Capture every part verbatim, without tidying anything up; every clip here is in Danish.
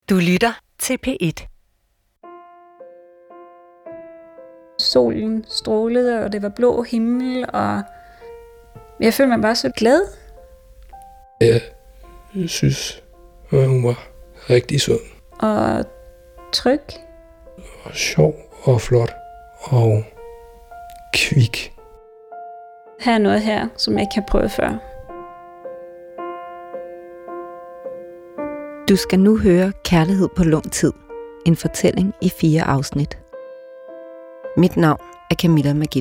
Du lytter til P et. Solen strålede, og det var blå himmel, og jeg følte mig bare så glad. Jeg synes, at hun var rigtig sund. Og tryg. Og sjov og flot og kvik. Her er noget her, som jeg ikke har prøvet før. Du skal nu høre Kærlighed på lang tid. En fortælling i fire afsnit. Mit navn er Camilla Magid.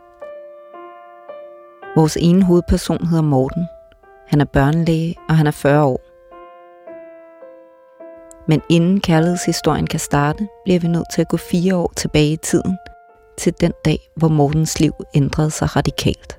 Vores ene hovedperson hedder Morten. Han er børnelæge, og han er fyrre år. Men inden kærlighedshistorien kan starte, bliver vi nødt til at gå fire år tilbage i tiden, til den dag, hvor Mortens liv ændrede sig radikalt.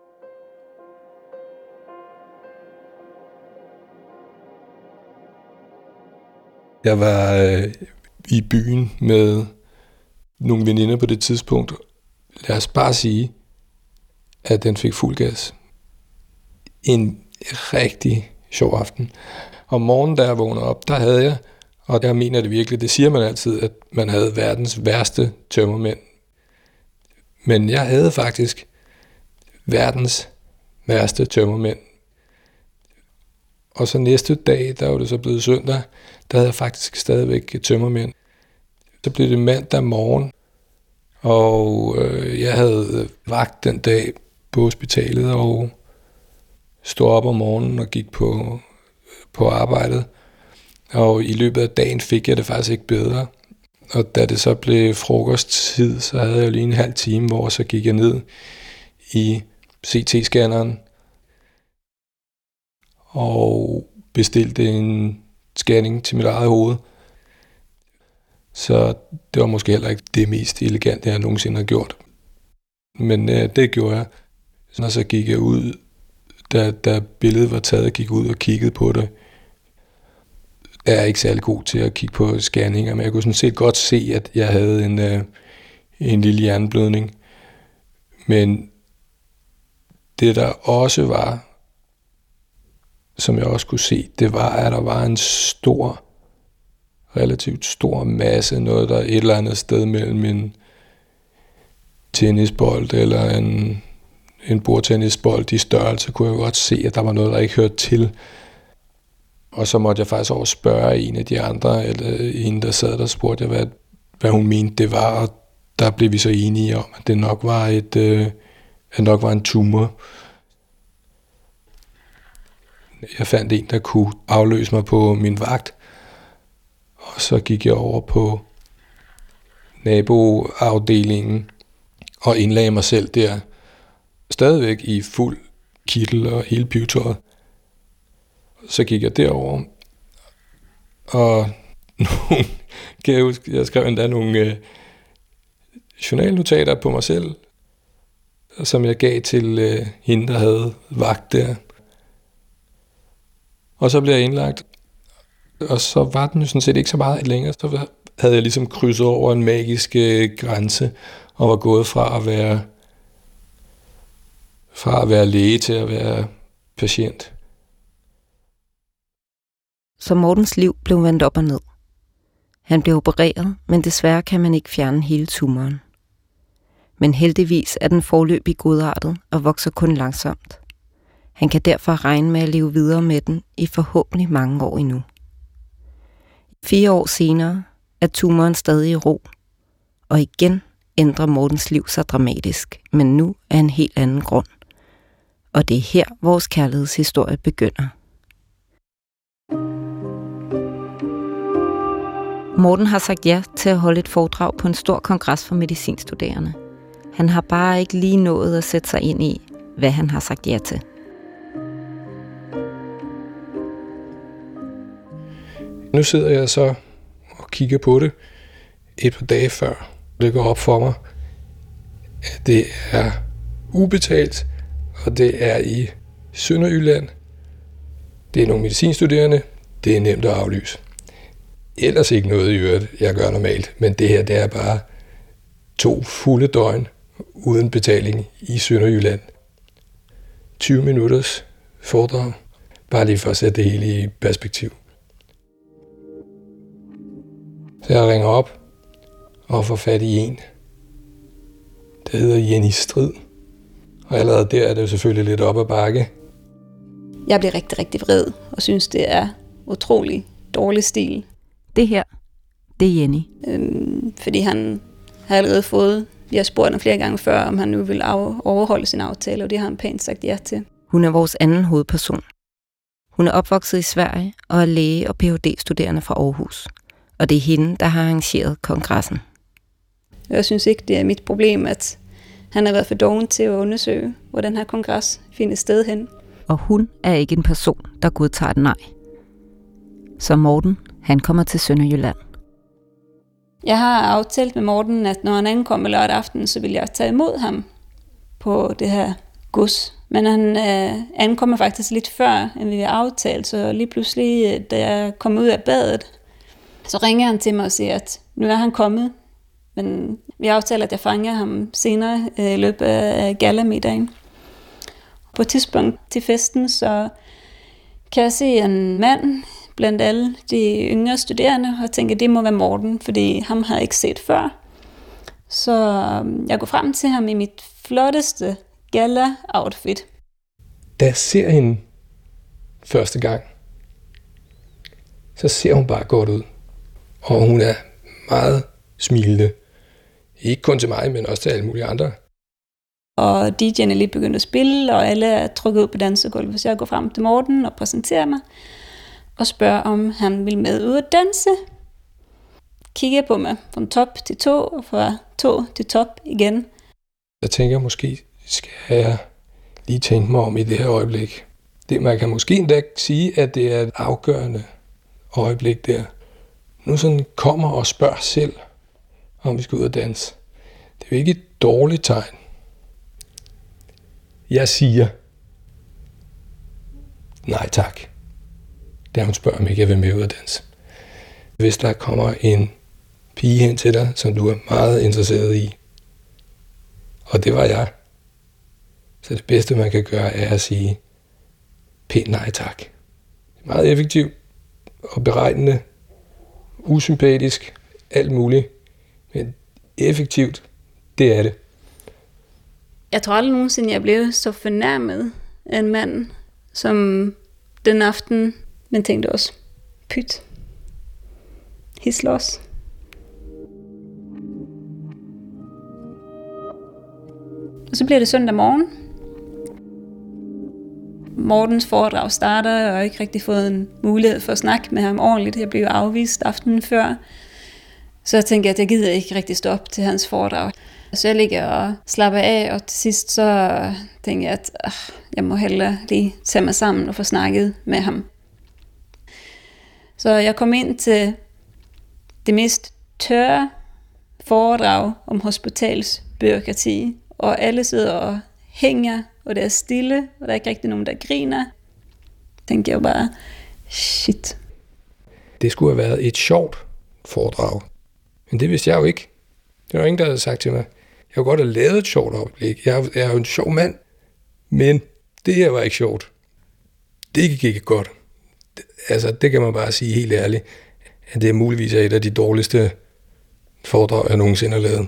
Jeg var øh, i byen med nogle veninder på det tidspunkt. Lad os bare sige, at den fik fuld gas. En rigtig sjov aften. Om morgenen, da jeg vågnede op, der havde jeg, og jeg mener det virkelig, det siger man altid, at man havde verdens værste tømmermænd. Men jeg havde faktisk verdens værste tømmermænd. Og så næste dag, der var det så blevet søndag, der havde jeg faktisk stadigvæk tømmermænd. Så blev det mandag morgen, og øh, jeg havde vagt den dag på hospitalet og stod op om morgenen og gik på, på arbejdet. Og i løbet af dagen fik jeg det faktisk ikke bedre. Og da det så blev frokosttid, så havde jeg lige en halv time, hvor så gik jeg ned i C T-scanneren og bestilte en scanning til mit eget hoved. Så det var måske heller ikke det mest elegante, jeg nogensinde har gjort. Men øh, det gjorde jeg. Og så gik jeg ud, da, da billedet var taget, gik ud og kiggede på det. Jeg er ikke særlig god til at kigge på scanninger, men jeg kunne sådan set godt se, at jeg havde en, øh, en lille hjerneblødning. Men det der også var, som jeg også kunne se, det var, at der var en stor, relativt stor masse, noget der et eller andet sted mellem en tennisbold eller en, en bordtennisbold i størrelse, kunne jeg godt se, at der var noget, der ikke hørte til. Og så måtte jeg faktisk over spørge en af de andre, eller en, der sad der, spurgte jeg, hvad, hvad hun mente det var, og der blev vi så enige om, at det nok var, et, øh, at nok var en tumor. Jeg fandt en, der kunne afløse mig på min vagt, og så gik jeg over på naboafdelingen og indlagde mig selv der, stadigvæk i fuld kittel og hele pivetøjet. Så gik jeg derover, og nogle, kan jeg huske, jeg skrev endda nogle øh, journalnotater på mig selv, som jeg gav til øh, hende, der havde vagt der. Og så blev jeg indlagt, og så var den jo sådan set ikke så meget længere. Så havde jeg ligesom krydset over en magisk øh, grænse, og var gået fra at være fra at være læge til at være patient. Så Mortens liv blev vendt op og ned. Han blev opereret, men desværre kan man ikke fjerne hele tumoren. Men heldigvis er den foreløbig godartet og vokser kun langsomt. Han kan derfor regne med at leve videre med den i forhåbentlig mange år endnu. Fire år senere er tumoren stadig i ro, og igen ændrer Mortens liv sig dramatisk, men nu af en helt anden grund. Og det er her, vores kærlighedshistorie begynder. Morten har sagt ja til at holde et foredrag på en stor kongres for medicinstuderende. Han har bare ikke lige nået at sætte sig ind i, hvad han har sagt ja til. Nu sidder jeg så og kigger på det et par dage før. Det går op for mig, at det er ubetalt, og det er i Sønderjylland. Det er nogle medicinstuderende. Det er nemt at aflyse. Ellers ikke noget i øvrigt, jeg gør normalt, men det her, det er bare to fulde døgn uden betaling i Sønderjylland. tyve minutters foredrag, bare lige for at sætte det hele i perspektiv. Så jeg ringer op og får fat i en, der hedder Jenny Strid. Og allerede der er det jo selvfølgelig lidt op ad bakke. Jeg bliver rigtig, rigtig vred og synes, det er utrolig dårlig stil. Det her, det er Jenny. Øhm, fordi han har allerede fået, jeg har spurgt ham flere gange før, om han nu vil af, overholde sin aftale, og det har han pænt sagt ja til. Hun er vores anden hovedperson. Hun er opvokset i Sverige og er læge og P H D-studerende fra Aarhus. Og det er hende, der har arrangeret kongressen. Jeg synes ikke, det er mit problem, at han har været for doven til at undersøge, hvor den her kongres finder sted hen. Og hun er ikke en person, der godtager et nej. Så Morten, han kommer til Sønderjylland. Jeg har aftalt med Morten, at når han ankommer lørdag aften, så vil jeg tage imod ham på det her gods. Men han øh, ankommer faktisk lidt før, end vi har aftalt, så lige pludselig, da jeg kommer ud af badet, så ringer han til mig og siger, at nu er han kommet. Men vi aftaler, at jeg fanger ham senere i løbet af gallamiddagen. På et tidspunkt til festen, så kan jeg se en mand blandt alle de yngre studerende, og tænker, at det må være Morten, fordi ham har jeg ikke set før. Så jeg går frem til ham i mit flotteste gala-outfit. Da jeg ser hende første gang, så ser hun bare godt ud. Og hun er meget smilende. Ikke kun til mig, men også til alle mulige andre. Og D J'en er lige begyndt at spille, og alle er trukket ud på dansegulvet. Så jeg går frem til Morten og præsenterer mig, og spørger, om han vil med ud at danse. Kigger på mig fra top til to, og fra to til top igen. Jeg tænker, måske skal jeg lige tænke mig om i det her øjeblik. Det, man kan måske endda sige, at det er et afgørende øjeblik der. Nu sådan kommer og spørger selv, om vi skal ud og danse. Det er jo ikke et dårligt tegn. Jeg siger, nej tak, da hun spørger, om ikke jeg vil med ud og danse. Hvis der kommer en pige hen til dig, som du er meget interesseret i, og det var jeg, så det bedste, man kan gøre, er at sige pænt nej tak. Meget effektivt og beregnende, usympatisk, alt muligt, men effektivt, det er det. Jeg tror aldrig nogensinde, jeg blev så fornærmet af en mand, som den aften, men tænkte også, pyt, hislås. Og så bliver det søndag morgen. Mortens foredrag starter, og jeg har ikke rigtig fået en mulighed for at snakke med ham ordentligt. Jeg blev afvist aftenen før. Så jeg tænkte, at jeg gider ikke rigtig stå op til hans foredrag. Så jeg ligger og slapper af, og til sidst så tænkte jeg, at øh, jeg må hellere lige tage mig sammen og få snakket med ham. Så jeg kom ind til det mest tørre foredrag om hospitalsbureaukrati, og alle sidder og hænger, og det er stille, og der er ikke rigtig nogen, der griner. Tænkte jeg bare, shit. Det skulle have været et sjovt foredrag, men det vidste jeg jo ikke. Det var ingen, der havde sagt til mig, jeg kunne godt have lavet et sjovt oplæg. Jeg er jo en sjov mand, men det her var ikke sjovt. Det gik ikke godt. Altså, det kan man bare sige helt ærligt, at det er muligvis et af de dårligste foredrag, jeg nogensinde har lavet.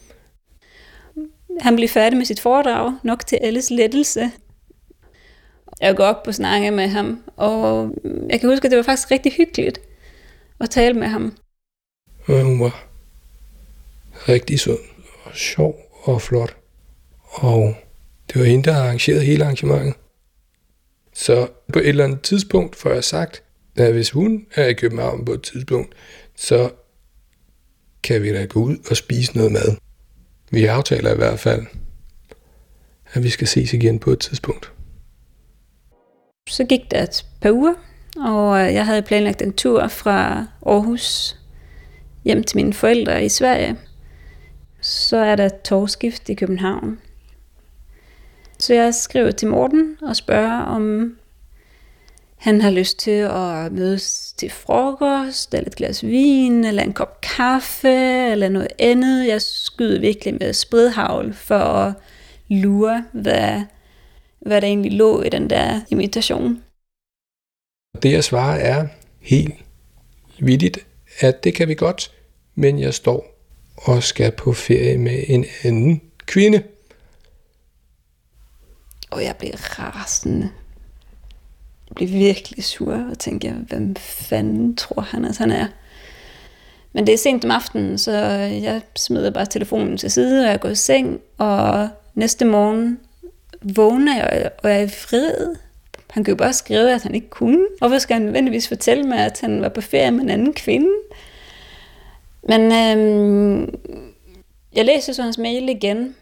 Han blev færdig med sit foredrag, nok til alles lettelse. Jeg går op og snakker med ham, og jeg kan huske, at det var faktisk rigtig hyggeligt at tale med ham. Og hun var rigtig sød og sjov og flot. Og det var hende, der arrangerede hele arrangementet. Så på et eller andet tidspunkt får jeg sagt, at hvis hun er i København på et tidspunkt, så kan vi da gå ud og spise noget mad. Vi aftaler i hvert fald, at vi skal ses igen på et tidspunkt. Så gik der et par uger, og jeg havde planlagt en tur fra Aarhus hjem til mine forældre i Sverige. Så er der togskift i København. Så jeg skriver til Morten og spørger, om han har lyst til at mødes til frokost, eller et glas vin, eller en kop kaffe, eller noget andet. Jeg skyder virkelig med spredhavl for at lure, hvad, hvad der egentlig lå i den der invitation. Det jeg svarer er helt vittigt, at det kan vi godt, men jeg står og skal på ferie med en anden kvinde. Og jeg blev rasende. Jeg blev virkelig sur og tænkte, hvem fanden tror han, at han er? Men det er sent om aftenen, så jeg smider bare telefonen til side, og jeg går i seng, og næste morgen vågner jeg, og jeg er vred. Han kan jo bare skrive, at han ikke kunne. Hvorfor skal han nødvendigvis fortælle mig, at han var på ferie med en anden kvinde? Men øhm, jeg læste så hans mail igen,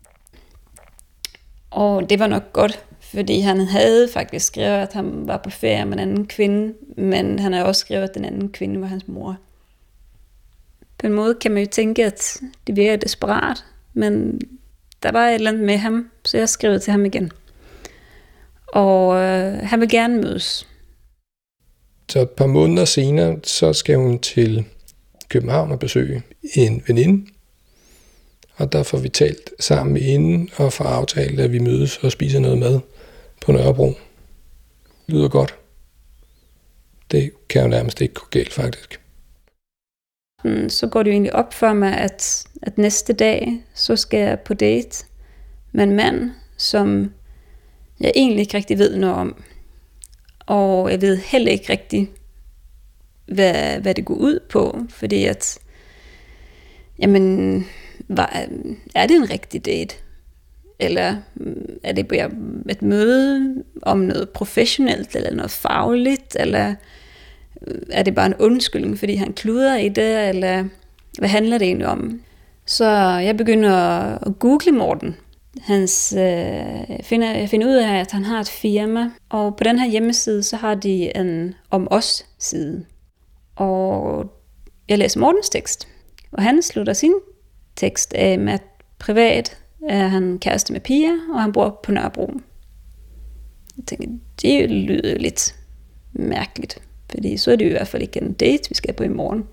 og det var nok godt, fordi han havde faktisk skrevet, at han var på ferie med en anden kvinde, men han havde også skrevet, at den anden kvinde var hans mor. På en måde kan man jo tænke, at det virker desperat, men der var et eller andet med ham, så jeg skrev til ham igen. Og øh, han vil gerne mødes. Så et par måneder senere, så skal hun til København og besøge en veninde. Og der får vi talt sammen med hende og får aftalt, at vi mødes og spiser noget mad på Nørrebro. Det lyder godt. Det kan jo nærmest ikke gå galt, faktisk. Så går det jo egentlig op for mig, at, at næste dag, så skal jeg på date med en mand, som jeg egentlig ikke rigtig ved noget om. Og jeg ved heller ikke rigtig, hvad, hvad det går ud på, fordi at, jamen, var, er det en rigtig date? Eller er det bare et møde om noget professionelt, eller noget fagligt, eller er det bare en undskyldning, fordi han kluder i det, eller hvad handler det egentlig om? Så jeg begynder at google Morten. Hans, øh, finder, jeg finder ud af, at han har et firma, og på den her hjemmeside, så har de en om os side. Og jeg læser Mortens tekst, og han slutter sin tekst af med, at privat er han kæreste med Pia, og han bor på Nørrebro. Jeg tænker, det lyder lidt mærkeligt, fordi så er det i hvert fald ikke en date, vi skal på i morgen.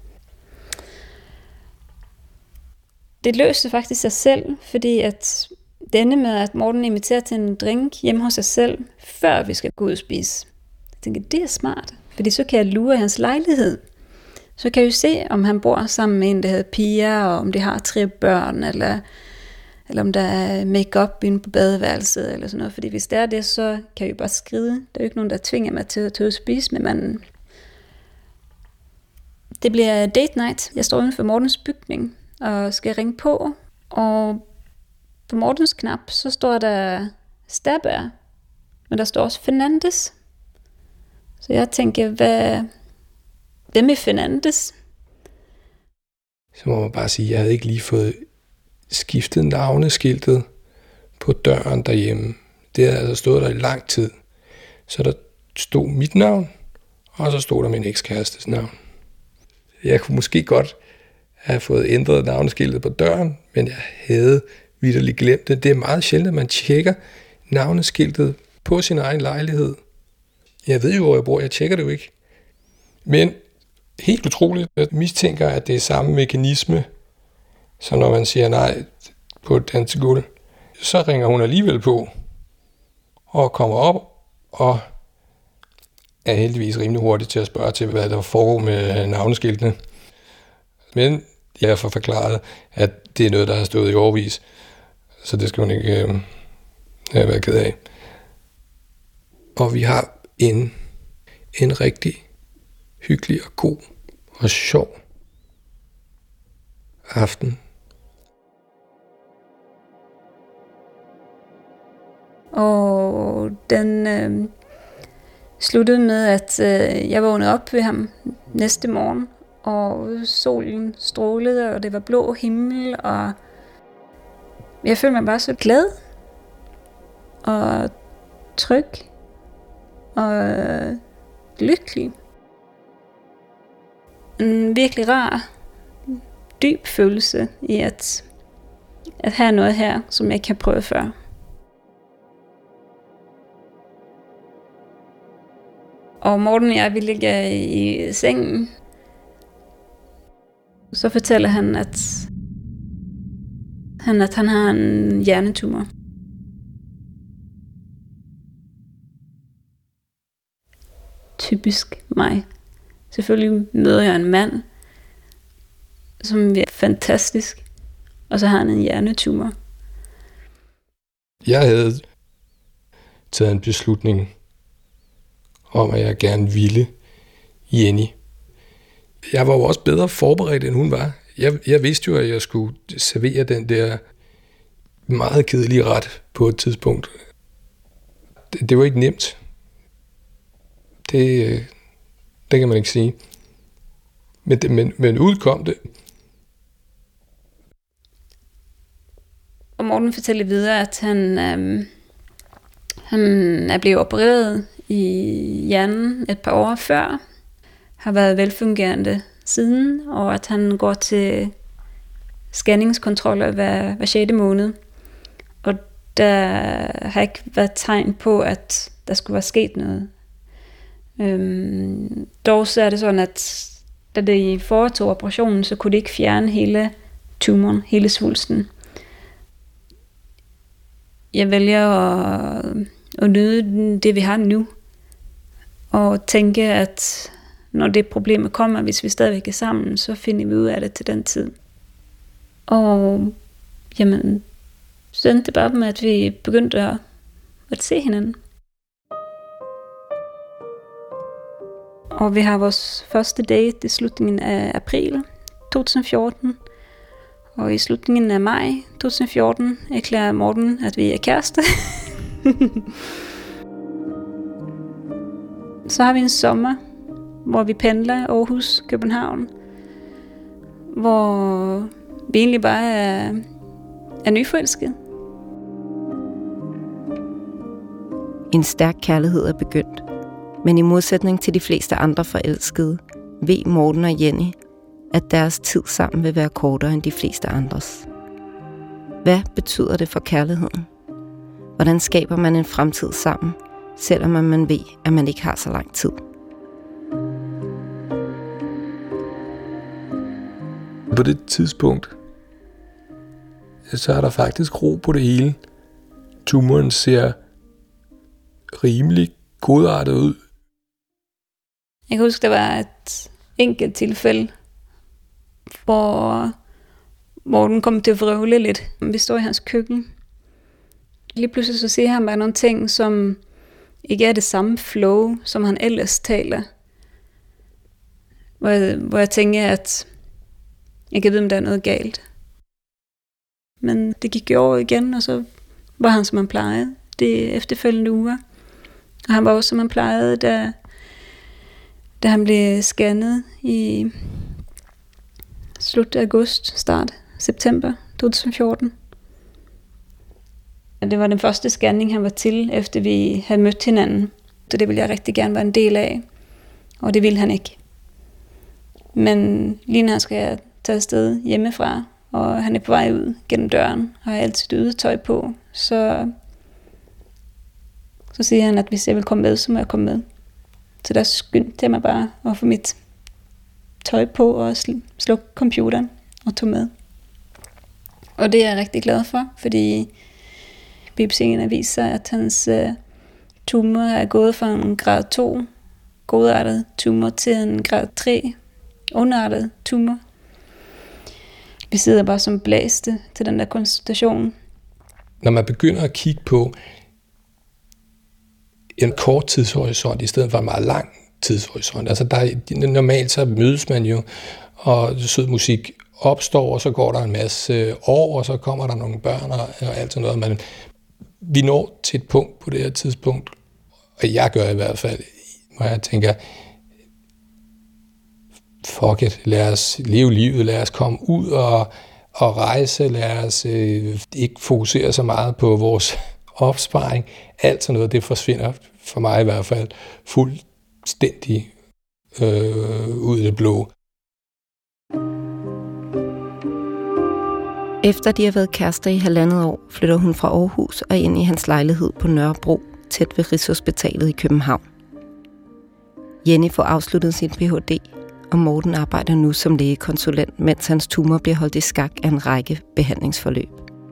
Det løste faktisk sig selv, fordi at denne med, at Morten inviterer til en drink hjemme hos sig selv, før vi skal gå ud og spise. Jeg tænker, det er smart, fordi så kan jeg lure i hans lejlighed. Så kan jeg jo se, om han bor sammen med en, der hedder Pia, og om de har tre børn, eller, eller om der er make-up inde på badeværelset, eller sådan noget. Fordi hvis det er det, så kan jeg jo bare skride. Der er jo ikke nogen, der tvinger mig til at tage ud og spise med manden. Det bliver date night. Jeg står uden for Mortens bygning, og skal ringe på, og på Mortens knap, så står der Stabær, men der står også Fernandes. Så jeg tænker, hvad, hvem er Fernandes? Så må man bare sige, at jeg havde ikke lige fået skiftet navneskiltet på døren derhjemme. Det havde altså stået der i lang tid. Så der stod mit navn, og så stod der min ekskærestes navn. Jeg kunne måske godt have fået ændret navneskiltet på døren, men jeg havde vitterligt glemt det. Det er meget sjældent, at man tjekker navneskiltet på sin egen lejlighed. Jeg ved jo, hvor jeg bor. Jeg tjekker det jo ikke. Men helt utroligt, at jeg mistænker, at det er samme mekanisme, som når man siger nej på et dansegulv. Så ringer hun alligevel på og kommer op og er heldigvis rimelig hurtig til at spørge til, hvad der foregår med navneskiltene. Men jeg får forklaret, at det er noget, der har stået i årevis. Så det skal hun ikke øh, være ked af. Og vi har en, en rigtig hyggelig og god og sjov aften. Og den øh, sluttede med, at øh, jeg vågnede op ved ham næste morgen, og solen strålede, og det var blå himmel, og jeg følte mig bare så glad og tryg og lykkelig. En virkelig rar, dyb følelse i at, at have noget her, som jeg ikke har prøvet før. Og Morten og jeg, vi ligger i sengen. Så fortæller han, at han, at han har en hjernetumor. Typisk mig. Selvfølgelig møder jeg en mand, som er fantastisk. Og så har han en hjernetumor. Jeg havde taget en beslutning om, at jeg gerne ville Jenny. Jeg var jo også bedre forberedt, end hun var. Jeg, jeg vidste jo, at jeg skulle servere den der meget kedelige ret på et tidspunkt. Det, det var ikke nemt. Det, det kan man ikke sige. Men, men, men udkom det. Og Morten fortæller videre, at han, øhm, han er blevet opereret i hjernen et par år før, har været velfungerende siden, og at han går til scanningskontroller hver, hver sjette måned. Og der har ikke været tegn på, at der skulle være sket noget. Øhm, dog så er det sådan, at da de foretog operationen, så kunne de ikke fjerne hele tumoren, hele svulsten. Jeg vælger at, at nyde det, vi har nu, og tænke, at når det problem kommer, hvis vi stadigvæk er sammen, så finder vi ud af det til den tid. Og jamen, så endte det bare med, at vi begyndte at, at se hinanden. Og vi har vores første date i slutningen af april to tusind og fjorten. Og i slutningen af maj to tusind og fjorten erklærer Morten, at vi er kærester. Så har vi en sommer, hvor vi pendler Aarhus, København. Hvor vi egentlig bare er, er nyforelskede. En stærk kærlighed er begyndt. Men i modsætning til de fleste andre forelskede, ved Morten og Jenny, at deres tid sammen vil være kortere end de fleste andres. Hvad betyder det for kærligheden? Hvordan skaber man en fremtid sammen, selvom man ved, at man ikke har så lang tid? På det tidspunkt, så er der faktisk ro på det hele. Tumoren ser rimelig godartet ud. Jeg kan huske, der var et enkelt tilfælde, hvor Morten kom til at vrøvle lidt. Vi står i hans køkken. Lige pludselig så siger han bare nogle ting, som ikke er det samme flow, som han ellers taler. Hvor jeg, hvor jeg tænker, at jeg kan vide, om der er noget galt. Men det gik jo over igen, og så var han, som han plejede det efterfølgende uger. Og han var også, som han plejede, da, da han blev scannet i slut af august, start september to tusind og fjorten. Det var den første scanning, han var til, efter vi havde mødt hinanden. Så det ville jeg rigtig gerne være en del af. Og det ville han ikke. Men lige når han skal tage afsted hjemmefra, og han er på vej ud gennem døren, og har altid ydetøj på, så, så siger han, at hvis jeg vil komme med, så må jeg komme med. Så der skyndte jeg mig bare at få mit tøj på og slukke computeren og tog med. Og det er jeg rigtig glad for, fordi biopsierne viser, at hans uh, tumor er gået fra en grad to godartet tumor til en grad tre ondartet tumor. Vi sidder bare som blæste til den der konsultation. Når man begynder at kigge på en kort tidshorisont i stedet for en meget lang tidshorisont. Altså der er, normalt så mødes man jo, og sød musik opstår, og så går der en masse år, og så kommer der nogle børn og, og alt sådan noget. Men vi når til et punkt på det her tidspunkt, og jeg gør i hvert fald, hvor jeg tænker, fuck it, lad os leve livet, lad os komme ud og, og rejse, lad os øh, ikke fokusere så meget på vores opsparing. Alt sådan noget, det forsvinder for mig i hvert fald fuldstændig øh, ud af det blå. Efter de har været kærester i halvandet år, flytter hun fra Aarhus og ind i hans lejlighed på Nørrebro, tæt ved Rigshospitalet i København. Jenny får afsluttet sin P H D, og Morten arbejder nu som lægekonsulent, mens hans tumor bliver holdt i skak af en række behandlingsforløb.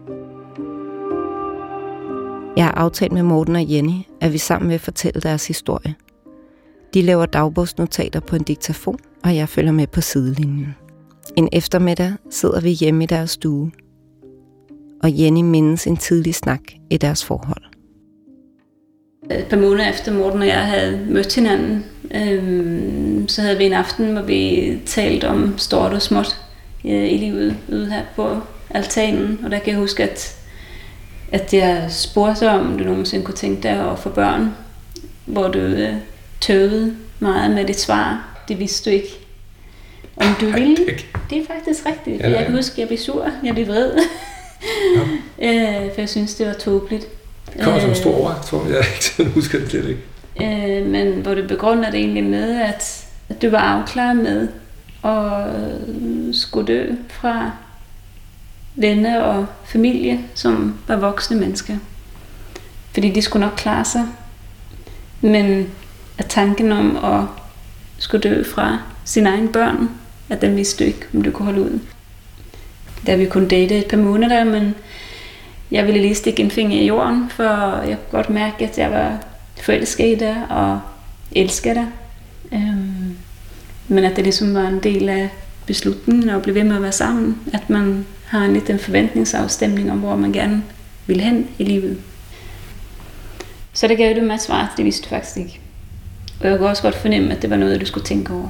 Jeg har aftalt med Morten og Jenny, at vi sammen vil fortælle deres historie. De laver dagbogsnotater på en diktafon, og jeg følger med på sidelinjen. En eftermiddag sidder vi hjemme i deres stue, og Jenny mindes en tidlig snak i deres forhold. Et par måneder efter Morten og jeg havde mødt hinanden, øhm, så havde vi en aften, hvor vi talte om stort og småt øh, i livet ude her på altanen. Og der kan jeg huske, at, at jeg spurgte om du nogensinde kunne tænke dig at få børn, hvor du øh, tøvede meget med dit svar. Det vidste du ikke, om du ville. Det er faktisk rigtigt. Ja, jeg kan huske, at jeg blev sur, jeg blev vred, ja. øh, for jeg synes, det var tåbeligt. Det kommer som en stor overraskelse, tror jeg. Jeg husker det slet ikke. Øh, men hvor du begrunder det egentlig med, at, at du var afklaret med at skulle dø fra venner og familie, som var voksne mennesker. Fordi de skulle nok klare sig. Men at tanken om at skulle dø fra sine egne børn, at den vidste du ikke, om du kunne holde ud. Da vi kunne date et par måneder, men jeg ville lige stikke en finger i jorden, for jeg kunne godt mærke, at jeg var forelsket i dig og elsker dig. Øhm, men at det ligesom var en del af beslutningen at blive ved med at være sammen. At man har en lidt en forventningsafstemning om, hvor man gerne vil hen i livet. Så det gav du mig et svar, det vidste du faktisk ikke. Og jeg kunne også godt fornemme, at det var noget, du skulle tænke over.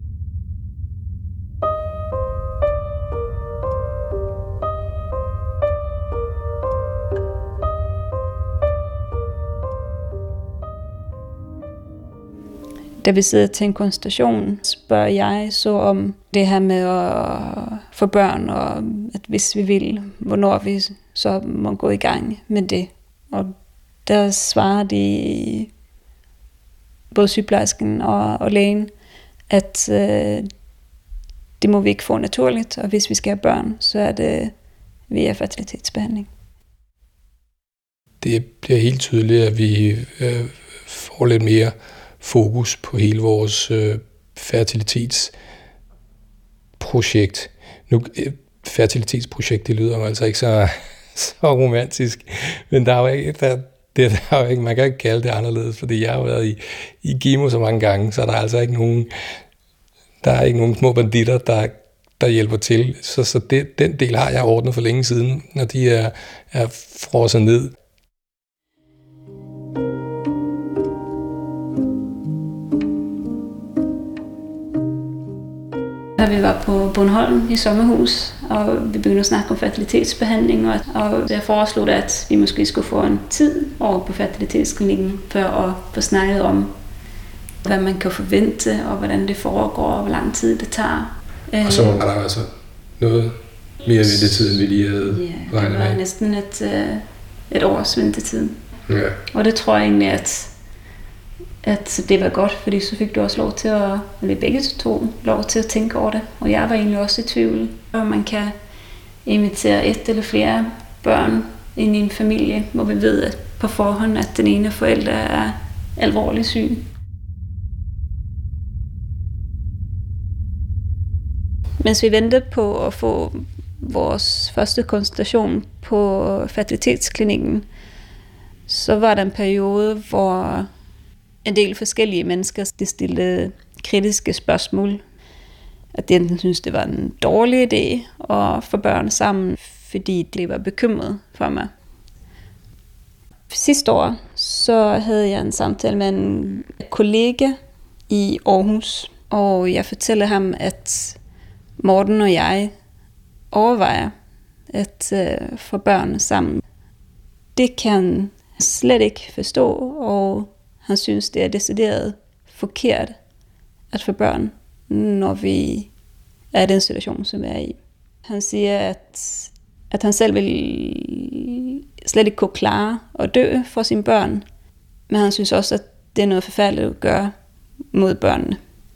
Da vi sidder til en konsultation, spørger jeg så om det her med at få børn, og at hvis vi vil, hvornår vi så må gå i gang med det. Og der svarer de, både sygeplejersken og, og lægen, at øh, det må vi ikke få naturligt, og hvis vi skal have børn, så er det via fertilitetsbehandling. Det bliver helt tydeligt, at vi øh, får lidt mere fokus på hele vores øh, fertilitetsprojekt. Nu, øh, fertilitetsprojekt, det lyder jo altså ikke så, så romantisk, men der er jo ikke, der, det, der er jo ikke, man kan ikke kalde det anderledes, fordi jeg har været i, i Gimo så mange gange, så der er altså ikke nogen, der er ikke nogen små banditter, der, der hjælper til. Så, så det, den del har jeg ordnet for længe siden, når de er, er frosset ned. Da vi var på Bornholm i sommerhus, og vi begyndte at snakke om fertilitetsbehandling, og, og jeg foreslog, at vi måske skulle få en tid over på fertilitetsklinikken, for at få snakket om, hvad man kan forvente, og hvordan det foregår, og hvor lang tid det tager. Og så var der altså noget mere ventetid, end vi lige havde ja, regnet med. Det var næsten et, et års ventetid. Ja. Og det tror jeg egentlig, at at det var godt, fordi så fik du også lov til at, eller begge to, lov til at tænke over det. Og jeg var egentlig også i tvivl, om man kan invitere et eller flere børn ind i en familie, hvor vi ved at på forhånd, at den ene forælder er alvorligt syg. Mens vi ventede på at få vores første konsultation på fertilitetsklinikken, så var der en periode, hvor en del forskellige mennesker stillede kritiske spørgsmål. At de enten synes, det var en dårlig idé at få børn sammen, fordi de var bekymrede for mig. Sidste år så havde jeg en samtale med en kollega i Aarhus, og jeg fortæller ham, at Morten og jeg overvejer at uh, få børn sammen. Det kan han slet ikke forstå, og han synes, det er decideret forkert at få børn, når vi er i den situation, som vi er i. Han siger, at, at han selv vil slet ikke kunne klare at dø for sine børn, men han synes også, at det er noget forfærdeligt at gøre mod børnene.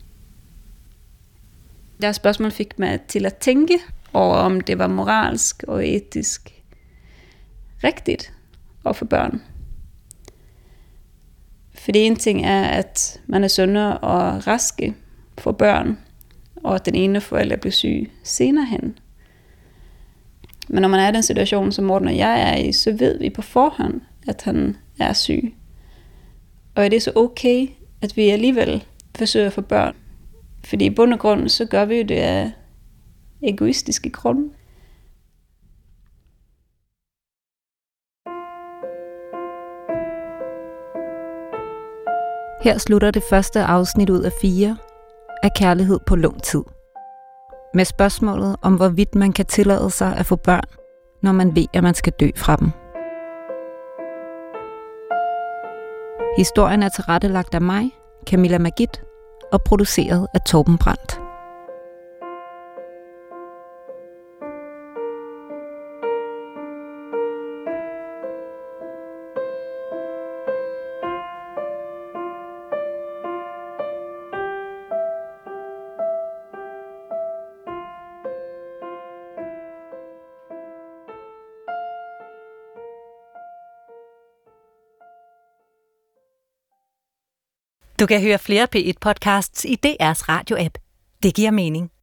Deres spørgsmål fik mig til at tænke over, om det var moralsk og etisk rigtigt at få børn. Fordi en ting er, at man er sundere og raske for børn, og at den ene forælder bliver syg senere hen. Men når man er i den situation, som Morten og jeg er i, så ved vi på forhånd, at han er syg. Og er det så okay, at vi alligevel forsøger at få børn? Fordi i bund og grund, så gør vi jo det af egoistiske grunde. Her slutter det første afsnit ud af fire af Kærlighed på lånt tid. Med spørgsmålet om, hvorvidt man kan tillade sig at få børn, når man ved, at man skal dø fra dem. Historien er tilrettelagt af mig, Camilla Magid, og produceret af Torben Brandt. Du kan høre flere P et podcasts i D R's radio-app. Det giver mening.